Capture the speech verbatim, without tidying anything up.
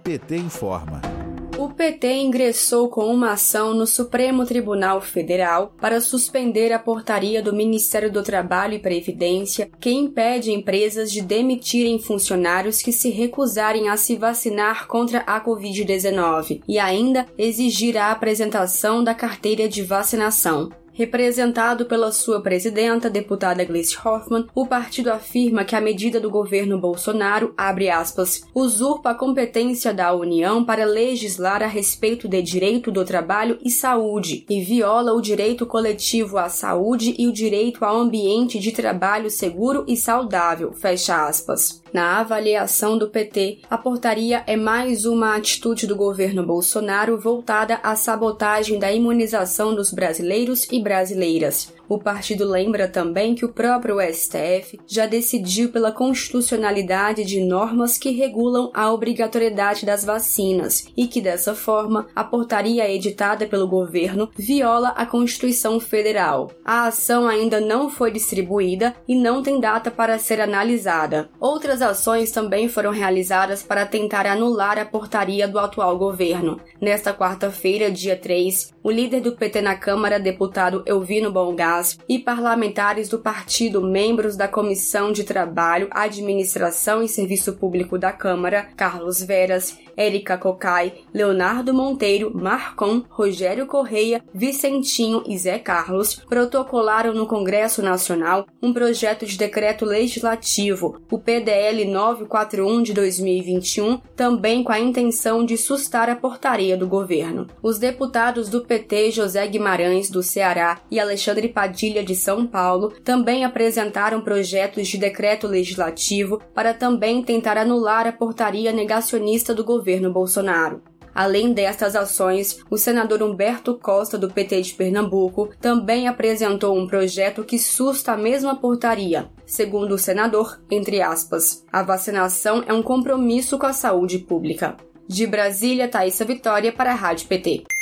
P T informa. O P T ingressou com uma ação no Supremo Tribunal Federal para suspender a portaria do Ministério do Trabalho e Previdência que impede empresas de demitirem funcionários que se recusarem a se vacinar contra a covid dezenove e ainda exigir a apresentação da carteira de vacinação. Representado pela sua presidenta, deputada Gleice Hoffmann, o partido afirma que a medida do governo Bolsonaro, abre aspas, usurpa a competência da União para legislar a respeito de direito do trabalho e saúde e viola o direito coletivo à saúde e o direito ao ambiente de trabalho seguro e saudável, fecha aspas. Na avaliação do P T, a portaria é mais uma atitude do governo Bolsonaro voltada à sabotagem da imunização dos brasileiros e brasileiras. O partido lembra também que o próprio S T F já decidiu pela constitucionalidade de normas que regulam a obrigatoriedade das vacinas e que, dessa forma, a portaria editada pelo governo viola a Constituição Federal. A ação ainda não foi distribuída e não tem data para ser analisada. Outras ações também foram realizadas para tentar anular a portaria do atual governo. Nesta quarta-feira, dia três, o líder do P T na Câmara, deputado Elvino Bolgás, e parlamentares do partido, membros da Comissão de Trabalho, Administração e Serviço Público da Câmara, Carlos Veras, Érica Cocai, Leonardo Monteiro, Marcon, Rogério Correia, Vicentinho e Zé Carlos, protocolaram no Congresso Nacional um projeto de decreto legislativo, o P D L novecentos e quarenta e um de dois mil e vinte e um, também com a intenção de sustar a portaria do governo. Os deputados do P T, José Guimarães, do Ceará, e Alexandre Padilha, de São Paulo, também apresentaram projetos de decreto legislativo para também tentar anular a portaria negacionista do governo Bolsonaro. Além destas ações, o senador Humberto Costa, do P T de Pernambuco, também apresentou um projeto que susta a mesma portaria. Segundo o senador, entre aspas, a vacinação é um compromisso com a saúde pública. De Brasília, Thaísa Vitória para a Rádio P T.